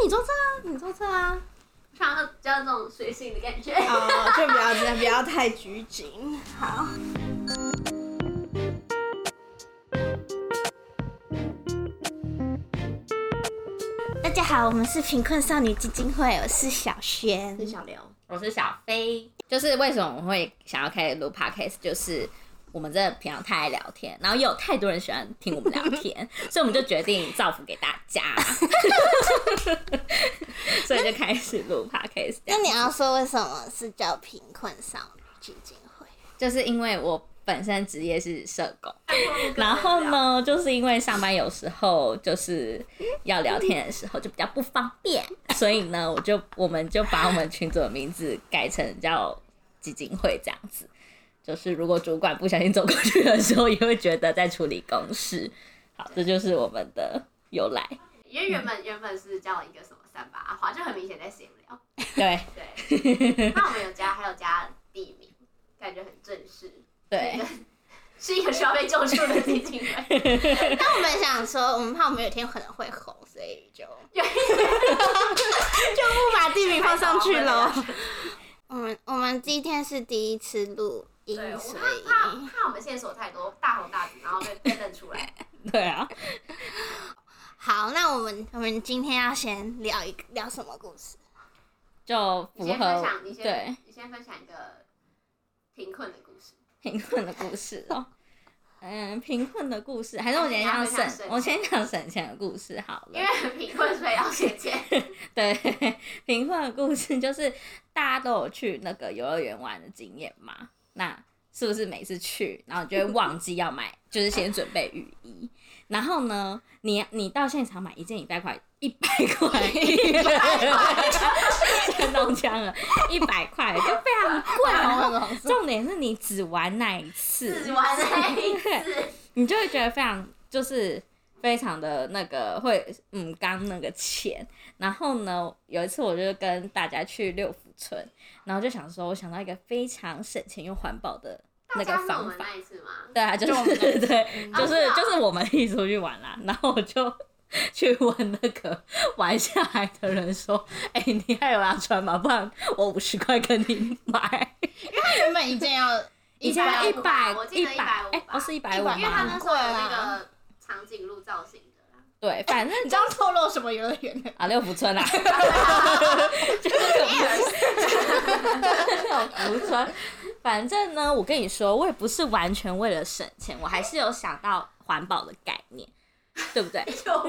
你坐这啊，你坐这啊。 想要这种随性的感觉。 哦，就不要太拘谨。好。大家好，我们是贫困少女基金会，我是小轩， 是小刘， 我是小飞。就是为什么我们会想要开始录 podcast， 就是我们真的平常太爱聊天，然后也有太多人喜欢听我们聊天，所以我们就决定造福给大家，所以就开始录 podcast。 那你要说为什么是叫贫困少女基金会？ 就是因为我本身职业是社工，然后呢，就是因为上班有时候就是要聊天的时候就比较不方便，所以呢，我们就把我们群组的名字改成叫基金会这样子。就是如果主管不小心走过去的时候，也会觉得在处理公事。好，这就是我们的由来。 因为原本是叫一个什么38话，就很明显在闲聊。 对对。那我们还有加地名，感觉很正式。 对。 是一个需要被救赎的基金会。 但我们想说，我们怕我们有一天可能会红，所以就不把地名放上去了。我们今天是第一次录音，所以怕我们线索太多，大红大紫，然后被认出来。 对啊。 好，那我们今天要先聊什么故事？ 就符合你先分享一个贫困的故事。 贫困的故事哦。贫困的故事，还是我先讲省钱的故事好了。 因为贫困所以要省钱。 对，贫困的故事就是大家都有去那个游乐园玩的经验嘛？那是不是每次去，然后就会忘记要买，就是先准备雨衣，然后呢，你到现场买一件100块，100块，山东腔了，100块就非常贵哦。重点是你只玩那一次，你就会觉得非常就是非常的那个会刚那个钱。然后呢，有一次我就跟大家去六福村，然后就想说，我想到一个非常省钱又环保的那个方法。 那一次吗？ 对啊，就是对，就是我们一起出去玩啦，然后我就去问那个玩下来的人说：“你还有要穿吗？不然我50块跟你买。” 因为他原本一件要 100， 我记得150， 是150吗？ 因为他那时候有那个长颈鹿造型的啦。 对，反正你这样透露什么游乐园的？ 六福村啦，就是六福村。反正呢，我跟你说，我也不是完全为了省钱，我还是有想到环保的概念，对不对？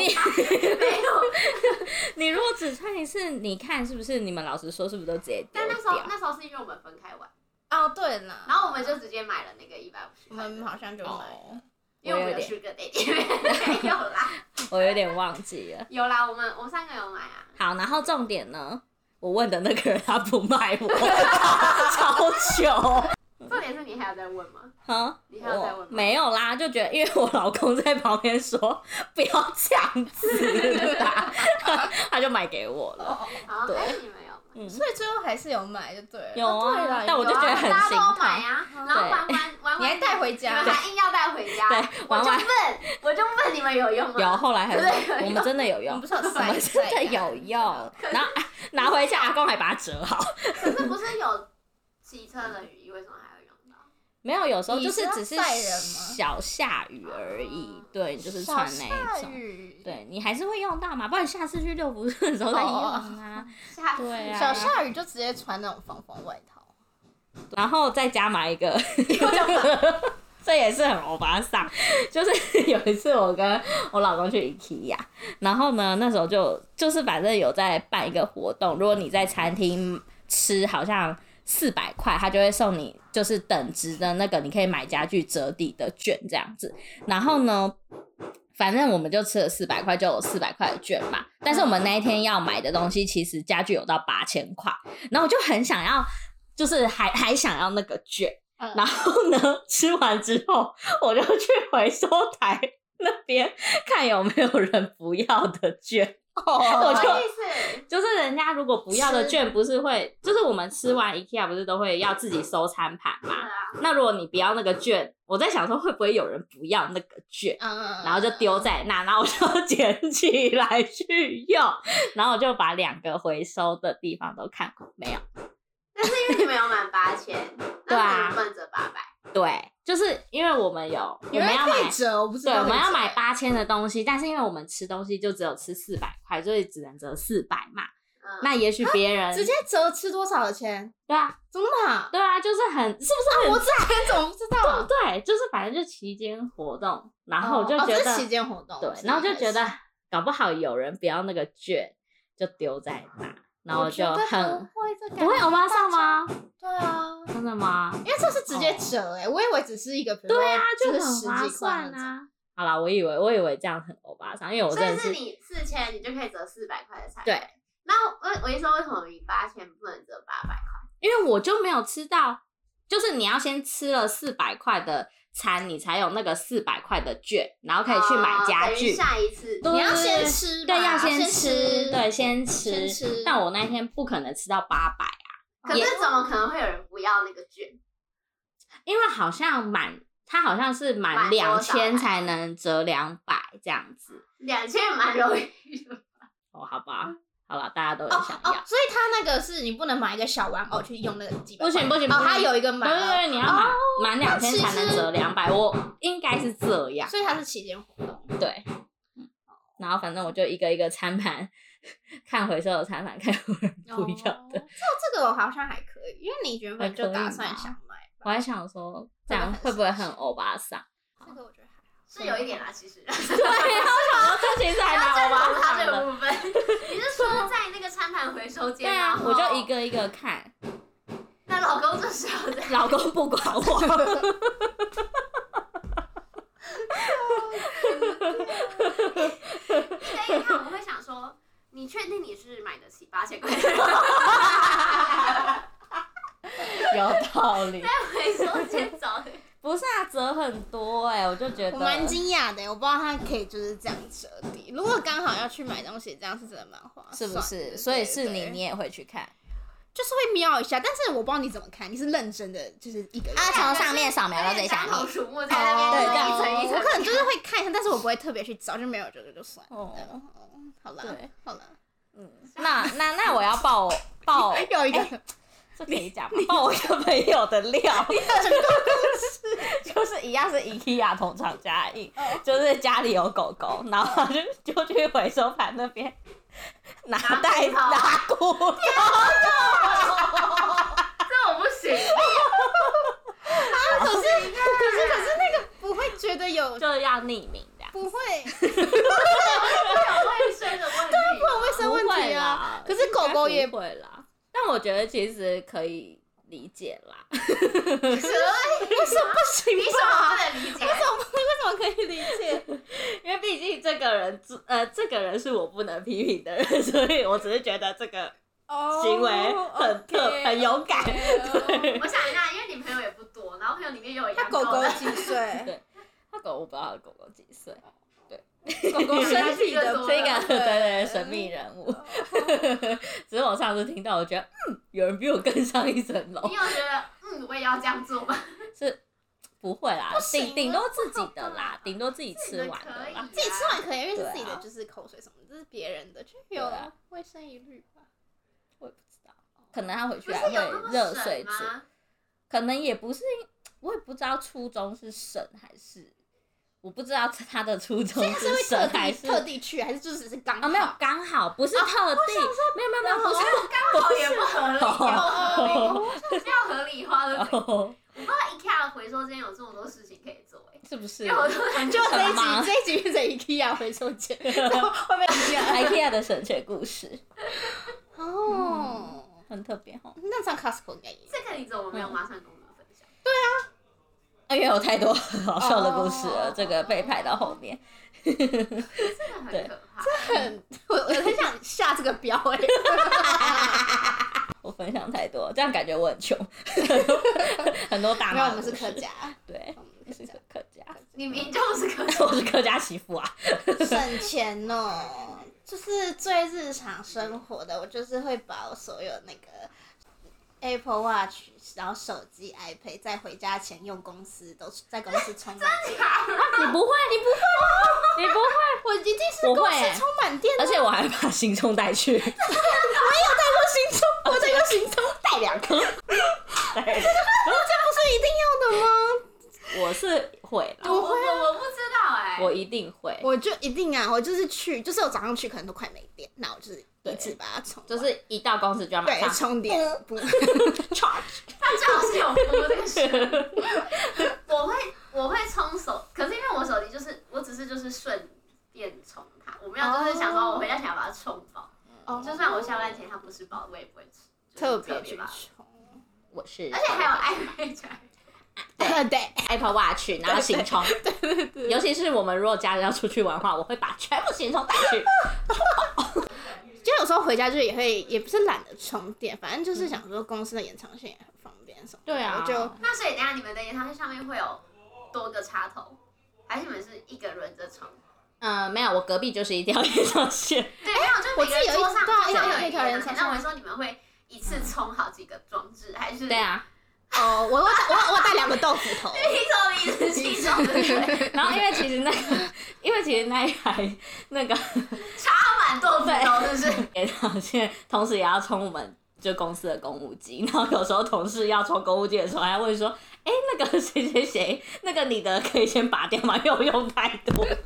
你如果只穿一次，你看是不是？你们老实说，是不是都直接丢掉？ 但那时候是因为我们分开玩。 哦，对啦。 然后我们就直接买了那个150。 我们好像就买了。 因为我们有 Sugar Daddy。没有啦。 我有点忘记了。 有啦，我们3个有买啊。 好，然后重点呢？我问的那个人他不卖我，超糗。 重点是你还有在问吗？你还有在问吗？ 没有啦，就觉得因为我老公在旁边说不要这样子啦，他就买给我了。 好，对，你们有。 所以最后还是有买就对了。 有啊，但我就觉得很心疼。 买啊，然后玩， 你还带回家， 你们还硬要带回家。 对， 我就问你们有用吗？ 有，后来我们真的有用， 我们不是有我们真的有用，然后拿回家，阿公还把它折好。 可是不是有骑车的雨衣，为什么还要用到？ 没有，有时候就是只是小下雨而已，对，就是穿那一种，对你还是会用到嘛，不然下次去六福村的时候再用啊。对啊， 小下雨就直接穿那种防风外套， 然后再加买一个，这也是很欧巴桑。就是有一次我跟我老公去 IKEA， 然后呢那时候就是反正有在办一个活动，如果你在餐厅吃好像400块，他就会送你就是等值的那个你可以买家具折抵的券这样子。然后呢，反正我们就吃了400块，就有400块的券嘛。但是我们那一天要买的东西，其实家具有到8000块，然后我就很想要，就是还想要那个券。然后呢，吃完之后，我就去回收台那边看有没有人不要的券。 我就什么意思？ 就是人家如果不要的券，不是会，就是我们吃完 IKEA 不是都会要自己收餐盘嘛？那如果你不要那个券，我在想说会不会有人不要那个券，然后就丢在那，然后我就捡起来去用，然后我就把2个回收的地方都看过，没有。 但是因为你们有满8000， 对啊， 那不能折800。 对，就是因为我们要买折，我不知对， 道。 我们要买8000的东西，但是因为我们吃东西就只有吃400块，所以只能折400嘛。那也许别人直接折吃多少的钱？ 对啊， 怎么嘛？ 对啊，就是很是不是很我这边怎么不知道？ 对，就是反正就期间活动，然后我就觉得期间活动， 对，然后就觉得搞不好有人不要那个券就丢在那，然后就很不会欧巴桑吗？ 对啊， 真的吗？ 因为这是直接折我以为只是一个， 对啊，就很划算啊。好啦，我以为这样很欧巴桑，因为我真的是你4000，你就可以折400块的餐。 对。 那我一说为什么你8000不能折800块？ 因为我就没有吃到，就是你要先吃了400块的餐，你才有那个400块的券，然后可以去买家具。 下一次你要先吃， 对，要先吃， 对，先吃。但我那天不可能吃到800啊。 可是怎么可能会有人不要那个券？ 因为好像它好像是满2000才能折200这样子。 2000也蛮容易的。 哦，好吧。好了，大家都很想要， 所以他那个是你不能买一个小玩偶去用那个几百块， 不行， 他有一个满， 对，你要满2000才能折200，我应该是这样， 所以它是期间活动， 对，然后反正我就一个一个餐盘看回收的餐盘，看有人不要的， 这个我好像还可以，因为你原本就打算想买， 我还想说这样会不会很欧巴桑？ 这个我觉得还好。 是有一点啦，其实。对， 我想说这其实还蛮欧巴桑的。 这个部分，你是说在那个餐盘回收间？ 对啊，我就一个一个看。 那老公这时候在？ 老公不管我。 所以他我会想说，你确定你是买得起8000块的？ 有道理。 在回收间找的。 不是啊，折很多我就觉得我蛮惊讶的，我不知道他可以就是这样折抵。如果刚好要去买东西，这样是真的蛮划算， 是不是？所以是你也会去看， 就是会瞄一下，但是我不知道你怎么看，你是认真的，就是一个从上面扫描到最下面， 窠鼠目在那边，一层一层。 我可能就是会看一下，但是我不会特别去找，就没有觉得就算了。好了，好了， 那我要爆有一个。 这可以讲吗？爆我一个朋友的料，就是一样是 IKEA 同厂加印，就是家里有狗狗，然后就去回收盘那边拿袋子拿骨头， 这我不行。 可是那个不会觉得有， 就是要匿名的， 不会， 会有卫生的问题， 对，会有卫生问题啊。可是狗狗也不会啦。但我觉得其实可以理解啦。 为什么不行？ 你什么不能理解？ 为什么可以理解？ 因为毕竟这个人是我不能批评的人，所以我只是觉得这个行为很勇敢。 我想一下，因为你朋友也不多，然后朋友里面又有他狗狗几岁？ 对，他狗我不知道他狗狗几岁。 狗狗身体的是一个对神秘人物，只是我上次听到，我觉得有人比我更上一层楼。 你有觉得我也要这样做吗？ 是不会啦，顶多自己的啦，顶多自己吃完的啦， 自己吃完可以，因为是自己的，就是口水什么，这是别人的，就有卫生疑虑吧。 我也不知道，可能他回去还会热水煮，可能也不是，我也不知道初衷是省还是。我不知道他的初衷是省还是特地去，还是就只是刚好？ 没有刚好，不是特地，没有，不是刚好也不合理，要合理化的。我不知道 IKEA 回收间有这么多事情可以做， 是不是？ 因为我就这一集变成 IKEA 回收间，会不会 IKEA 的省钱故事？很特别哦。 那像 Costco 应该也。 这个你怎么没有马上跟我们分享？ 对啊。 因为有太多好笑的故事了，这个被排到后面。 这个很可怕， 我很想下这个标我分享太多，这样感觉我很穷，很多大妈。没有，我们是客家。 对，是客家。 你明明就是客家， 我是客家媳妇啊。 是省钱哦，就是最日常生活的，我就是会把我所有那个 Apple Watch， 然后手机、iPad， 在回家前用公司都在公司充满电。 你不会？你不会吗？你不会？ 我一定是公司充满电， 而且我还把行充带去。我有带过行充，我带过行充， 带2颗。对，这样不是一定要的吗？ 我是会啦， 我不知道哎， 我一定会， 我就一定啊，我就是去，就是我早上去可能都快没电，那我就是一直把它充， 就是一到公司就要马上充电 ，charge。 他最好是有播这个事。我会充手，可是因为我手机就是我只是就是顺便充它，我没有就是想说我回家想要把它充饱，就算我下班前它不是饱，我也不会特别去吧。 充。 我是， 而且还有 iPad。 对 Apple Watch， 然后行充，对，尤其是我们如果家人要出去玩的话，我会把全部行充带去。 就有时候回家就也不是懒得充电，反正就是想说公司的延长线也很方便什么。 对啊， 那所以等一下你们的延长线上面会有多个插头，还是你们是一个轮着充？ 没有，我隔壁就是一条延长线。 对，没有，就每个人桌上有一条延长线。那我说你们会一次充好几个装置，还是？ 对啊。 我带2个豆腐头， 一直轻松的对。 然后因为其实那一台那个插满豆腐头，就是延长线，同时也要充我们就公司的公务机。然后有时候同事要充公务机的时候，还要问说：“那个谁谁谁，那个你的可以先拔掉吗？因为我用太多了。”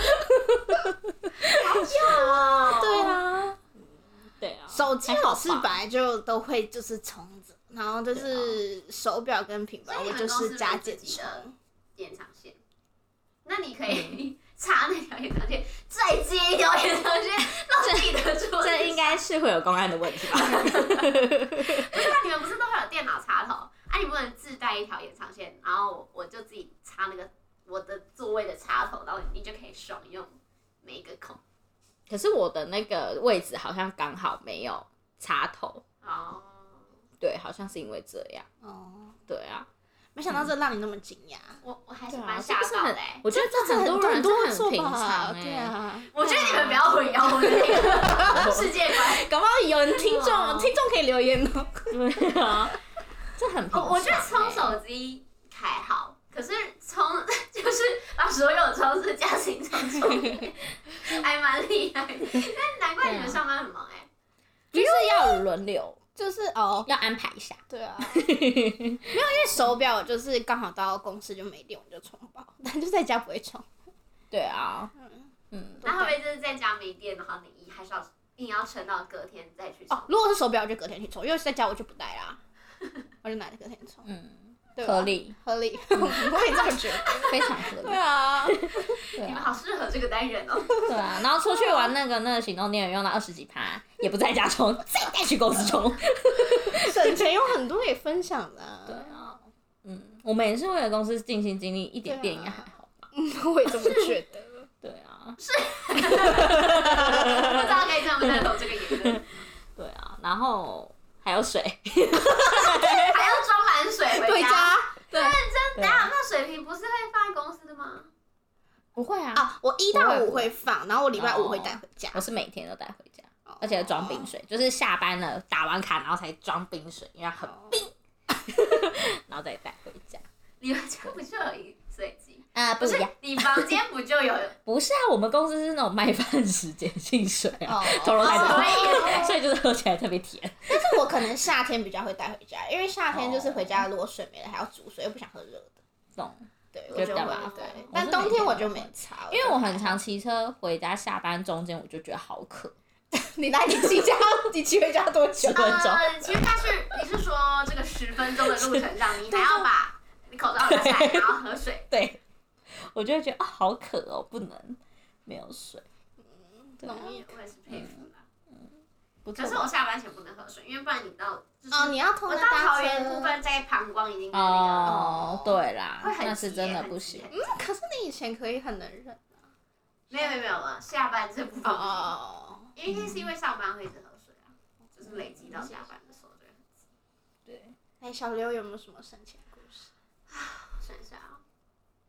好巧哦。 对啊，对啊。 手机我是本来就都会就是充着。然后就是手表跟平板，我就是加减充延长线。那你可以插那条延长线，再接一条延长线，让自己的桌子。 这应该是会有公安的问题吧？ 不是啊，你们不是都会有电脑插头？啊，你不能自带一条延长线，然后我就自己插那个我的座位的插头，然后你就可以爽用每一个孔。 可是我的那个位置好像刚好没有插头。 哦。 对，好像是因为这样。对啊， 没想到这让你那么惊讶。 我还是蛮吓到的。 我觉得这很多人很平常。 对啊， 我觉得你们不要混淆我的那个世界观。 搞不好有人听众可以留言哦。 对啊，这很平常。 我觉得充手机还好，可是充就是把所有充置加行充充电，还蛮厉害的。但难怪你们上班很忙就是要轮流。 就是要安排一下。 对啊，没有，因为手表就是刚好到公司就没电，我就充饱，但就在家不会充。 对啊， 那会不会就是在家没电的话，你还是要硬要撑到隔天再去充？ 如果是手表，我就隔天去充，因为在家我就不带啦，我就拿着隔天充。 合理， 我也这么觉得， 非常合理。 对啊， 你们好适合这个单元哦。 对啊，然后出去玩那个行动电源用到20几%，也不在家充，再带去公司充， 省钱有很多可以分享的。 对啊，我们也是为了公司尽心尽力，一点电应该还好吧？ 我也这么觉得。 对啊， 是，不知道可以赞不赞同这个言论。 对啊，然后还有水， 还要装满水回家。 对， 认真。那水瓶不是会放在公司的吗？ 不会啊。 我1到5会放，然后我礼拜5会带回家。 我是每天都带回家，而且装冰水，就是下班了打完卡，然后才装冰水，因为很冰，然后再带回家。 你们家不就有一水机？ 不是， 你房间不就有？ 不是啊，我们公司是那种麦饭时间性水啊，投入太多，所以就是喝起来特别甜。 但是我可能夏天比较会带回家，因为夏天就是回家如果水没了还要煮水，又不想喝热的。 懂。 对， 就比较麻烦。 但冬天我就没差， 因为我很常骑车回家，下班中间我就觉得好渴。 你骑回家多久？ 10分钟。 其实你是说这个10分钟的路程上，你还要把你口罩拿下来，然后喝水。 对。我就会觉得好渴哦，不能没有水。 我也是佩服啦。 可是我下班前不能喝水，因为不然你到你要通我到桃园部分在膀胱已经对啦，那是真的不行。 可是你以前可以很能忍啊。 没有了，下班这部分因为是因为上班会一直喝水啊，就是累积到下班的时候就会很急。 对。小刘有没有什么省钱故事？ 想一下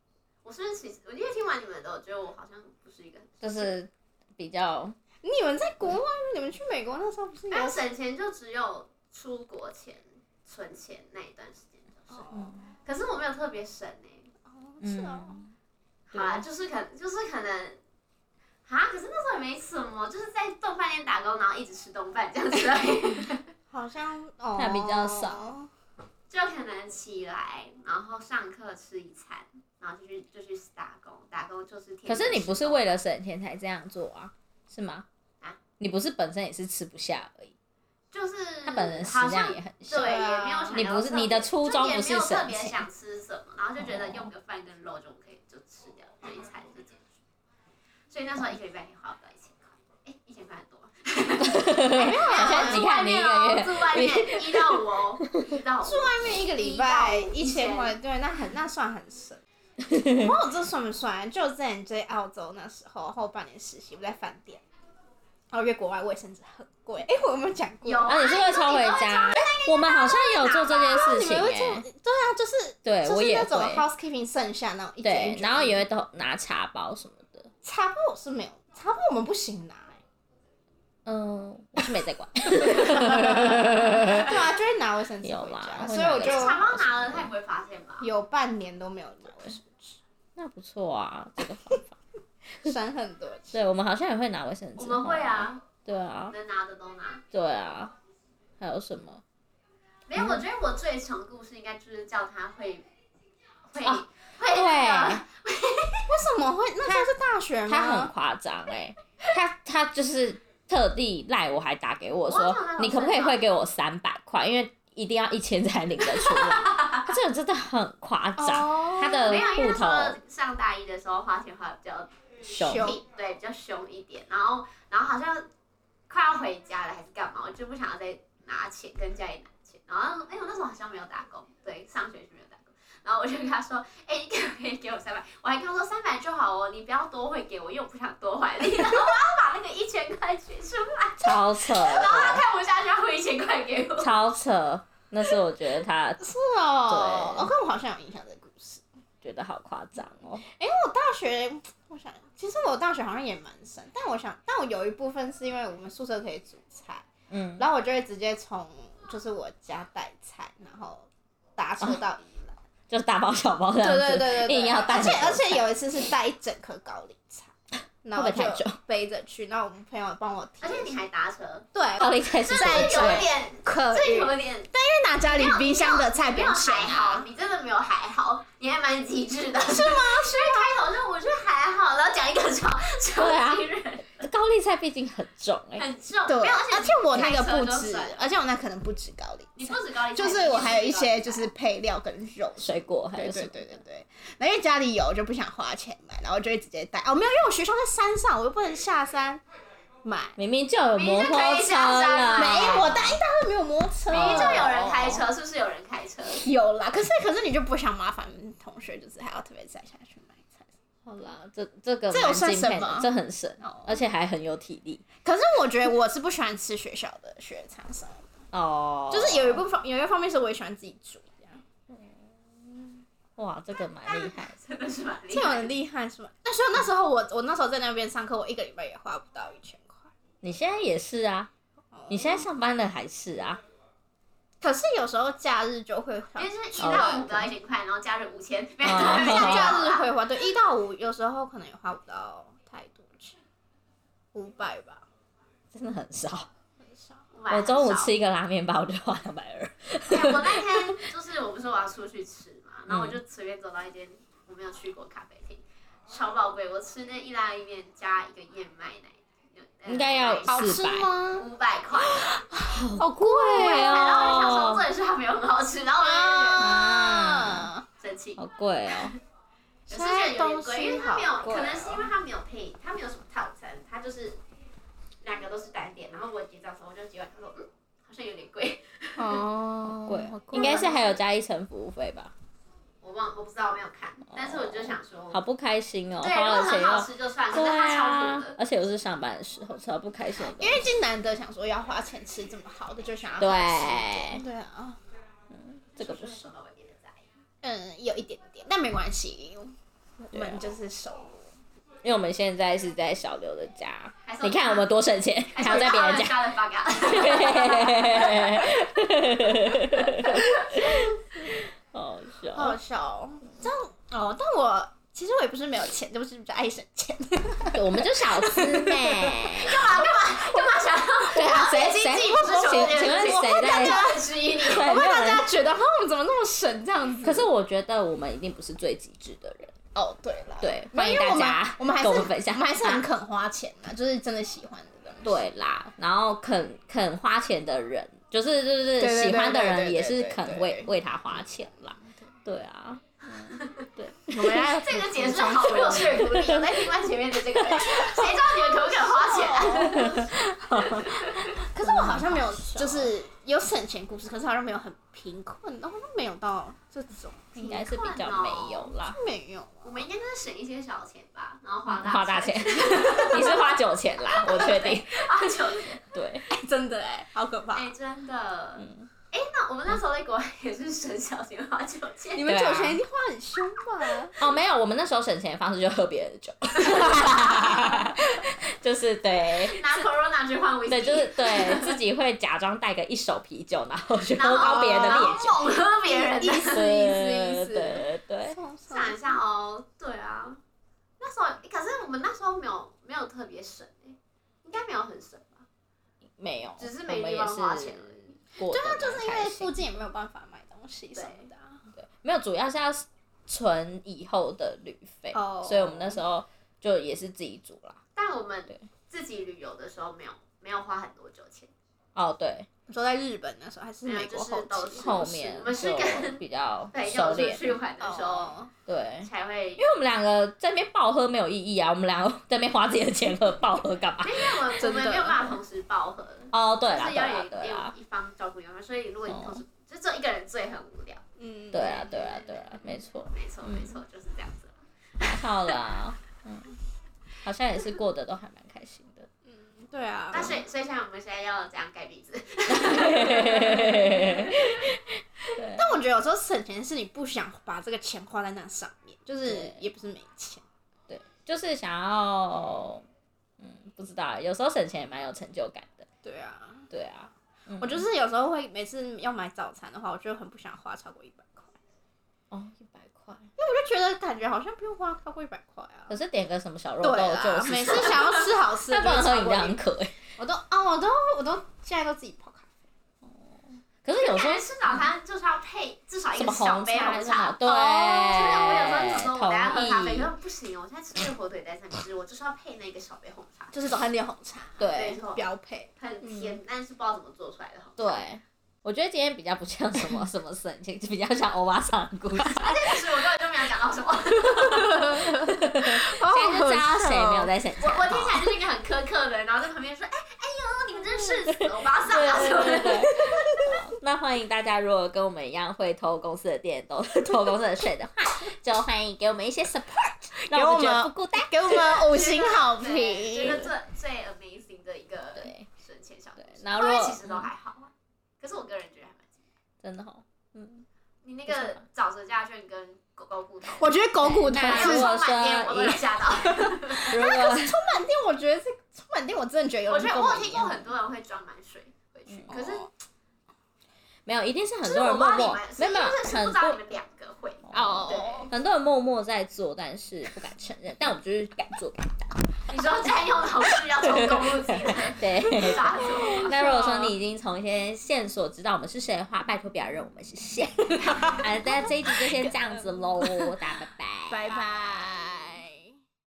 我是不是其实我因为听完你们的，我觉得我好像不是一个就是比较你们在国外，你们去美国那时候不是有但省钱就只有出国前存钱那一段时间比较省，可是我没有特别省是哦， 好啦，就是可能。可是那时候也没什么，就是在冻饭店打工，然后一直吃冻饭这样子而已。 好像还比较少， 就可能起来，然后上课吃一餐，然后就去打工，打工就是天天吃。 可是你不是为了省钱才这样做啊？是吗？ 啊？ 你不是本身也是吃不下而已？ 就是他本人食量也很小， 对，也没有想要你不是你的初衷不是省钱， 就也没有特别想吃什么，然后就觉得用个饭跟肉就可以就吃掉这一餐就解决。所以那时候一个礼拜可以花不到1000块，1000块很多。没有啊， 住外面哦，住外面1到5哦，1到5。 住外面一个礼拜1000块，对，那算很省。不过我这算不算？就在你在澳洲那时候后半年实习，我在饭店，然后因为国外卫生纸很贵。我有没有讲过？ 有啊，你是会抽回家？我们好像有做这件事情对啊，就是对我也那种会 housekeeping 剩下那种一卷一卷， 然后也会都拿茶包什么的。 茶包我是没有，茶包我们不行拿。 我是没在管。 对啊，就会拿卫生纸回家，所以我就茶包拿了，他也不会发现吧？ 有半年都没有拿卫生纸， 那不错啊，这个方法省很多钱。 对，我们好像也会拿卫生纸。 我们会啊。 对啊。 能拿的都拿。 对啊。还有什么？ 没有，我觉得我最穷的故事应该就是叫他会对。 为什么会？那时候是大学吗？ 他很夸张他就是特地赖我，还打给我说，你可不可以汇给我300块，因为一定要1000才领得出来。他这个真的很夸张，他的户头上大一的时候花钱花的比较凶， 对，比较凶一点，然后好像快要回家了还是干嘛，我就不想要再拿钱跟家里拿钱，然后我那时候好像没有打工，对，上学期没有打工。然后我就跟他说，你可不可以给我300？我还跟他说300就好哦，你不要多汇给我，因为我不想多还你。然后我要把那个1000块取出来， 超扯。 然后他看不下去，要汇1000块给我， 超扯。那是我觉得他是哦，我看我好像有印象这个故事， 觉得好夸张哦。 我大学，我想，其实我大学好像也蛮省，但我有一部分是因为我们宿舍可以煮菜，然后我就会直接从就是我家带菜，然后搭车到宜兰。 就大包小包这样子， 对， 硬要带。 而且有一次是带一整颗高丽菜，然后就背着去，然后我们朋友帮我提。 而且你还搭车。 对， 高丽菜是有点可以，有点， 但因为拿家里冰箱的菜变咸啊，你真的没有还好，你还蛮机智的，是吗？所以开头就我觉得还好，然后讲一个超级人。 高丽菜毕竟很重很重， 对， 而且我那个不止，而且我那可能不止高丽菜， 你不止高丽菜， 就是我还有一些就是配料跟肉、 水果，还有什么？ 对。那因为家里有，就不想花钱买，然后就会直接带。没有，因为我学校在山上，我又不能下山买。 明明就有摩托车了， 没有，我大二没有摩托车， 明明就有人开车，是不是有人开车？ 有啦，可是你就不想麻烦同学，就是还要特别载下去买菜。 好啦，这个有算省吗？ 这很省，而且还很有体力。 可是我觉得我是不喜欢吃学校的学餐什么的。 哦。 就是有一个方面是我也喜欢自己煮这样。 哇，这个蛮厉害， 真的是蛮厉害。 这很厉害是吗？所以那时候我那时候在那边上课，我一个礼拜也花不到1000块。 你现在也是啊，你现在上班了还是啊？ 可是有时候假日就会花， 因为是1到5得1000块，然后假日5000， 假日会花，对，1到5有时候可能也花不到太多钱，500吧， 真的很少。 很少。 我中午吃一个拉面包就花220。 对，我那天就是我不是我要出去吃嘛，然后我就随便走到一间我没有去过咖啡厅，超宝贵，我吃那意大利面加一个燕麦奶。 应该要 400吗 ？500块， 好贵哦！ 然后我就想说，这也是它没有很好吃，然后我就生气， 好贵哦。 是觉得有点贵，因为它没有，可能是因为它没有配，它没有什么套餐，它就是2个都是单点，然后我结账的时候我就结完，他说好像有点贵。 好贵，应该是还有加1层服务费吧。 我不知道，我没有看，但是我就想说， 好不开心哦， 对， 花了钱很好吃就算，可是它超苦的， 而且又是上班的时候，超不开心。 因为就难得想说要花钱吃这么好的，就想要对啊， 这个不是， 有一点点，但没关系， 我们就是手握。 因为我们现在是在小刘的家， 是你看我们多省钱，还要在别人家。 的八嘎。 好笑， 好笑哦。这样哦，但我其实我也不是没有钱，就是比较爱省钱。 对，我们就小资妹。 干嘛想要？ 对啊，谁经济不是求请问谁在质疑你？ 我怕大家觉得，我们怎么那么省这样子？ 可是我觉得我们一定不是最极致的人。 哦，对了， 对， 因欢迎为大家我们还是跟我们分享， 我们还是很肯花钱的，就是真的喜欢的东西。 对啦，然后肯花钱的人，就是喜欢的人也是肯为他花钱啦。对啊，对， 我们要这个解释好没有说服力，我在听完前面的这个，谁知道你们可不肯花钱啊？ 可是我好像没有，就是有省钱故事，可是好像没有很贫困，好像没有到这种， 应该是比较没有啦。 没有。 我们应该就是省一些小钱吧，然后花大钱。你是花酒钱啦，我确定。 花酒钱。 对， 真的好可怕。 真的。那我们那时候在国外也是省小钱花酒钱。 你们酒钱一定花很凶吧？ 哦，没有，我们那时候省钱的方式就喝别人的酒，就是对， 拿 Corona 去换威士忌， 对，就是对自己会假装带个一手啤酒，然后去喝光别人的烈酒， 猛喝别人的， 意思。 对。 想一下哦，对啊，那时候可是我们那时候没有特别省应该没有很省吧？ 没有， 只是没地方花钱而已。 对啊，就是因为附近也没有办法买东西什么的。 对，没有，主要是要存以后的旅费，所以我们那时候就也是自己煮啦。 但我们自己旅游的时候没有花很多酒钱。 哦，对。 你说在日本的时候还是美国后面， 我们是跟比较熟练去玩的时候， 对， 才会。 因为我们两个在那边爆喝没有意义啊，我们两个在那边花自己的钱喝爆喝干嘛？ 因为我们没有办法同时爆喝。 哦，对啦， 就是要有一方照顾一方，所以如果你同时就只有一个人醉很无聊。 对啊，没错， 就是这样子。 还好啦，好像也是过得都还蛮开心的。 对啊。 那所以像我们现在要这样盖鼻子。 但我觉得有时候省钱是你不想把这个钱花在那上面，就是也不是没钱。 对，就是想要，不知道，有时候省钱也蛮有成就感的。 对啊。我就是有时候会每次要买早餐的话，我就很不想花超过100块。 哦，100块。 因为我就觉得感觉好像不用花超过100块啊。 可是点个什么小肉豆就是每次想要吃好吃的， 就喝饮料很渴我都现在都自己泡咖啡。 可是有时候吃早餐就是要配至少一个小杯红茶。 对。 真的，我有时候想说，我等下喝咖啡，可是不行，我现在吃这个火腿蛋三明治，我就是要配那个小杯红茶。 就是早餐店红茶。 对。 标配。 很甜，但是不知道怎么做出来的红茶。 对。我觉得今天比较不像什么省钱，比较像欧巴桑的故事。 而且其实我根本就没有讲到什么。 现在就知道谁没有在省钱。 我听起来就是一个很苛刻的人，然后在旁边说，哎呦，你们真是死欧巴桑啊什么的。 那欢迎大家，如果跟我们一样会偷公司的电、偷公司的税的话，就欢迎给我们一些 support， 让我们觉得不孤单， 给我们5星好评。 觉得最 amazing 的一个省钱小故事。 然后如果其实都还好啊，可是我个人觉得还蛮真的哦。 你那个找折价券跟狗骨头， 我觉得狗骨头还有充满店，我都有吓到。 可是充满店，我觉得充满店，我真的觉得有。 我觉得我有听过很多人会装满水回去，可是没有，一定是很多人默默，没有很多你们2个会很多人默默在做，但是不敢承认。但我们就是敢做敢当。 你说占用同事要从公路机的， 对。那如果说你已经从一些线索知道我们是谁的话，拜托不要认我们是谁。那这一集就先这样子喽，大家拜拜。 拜拜。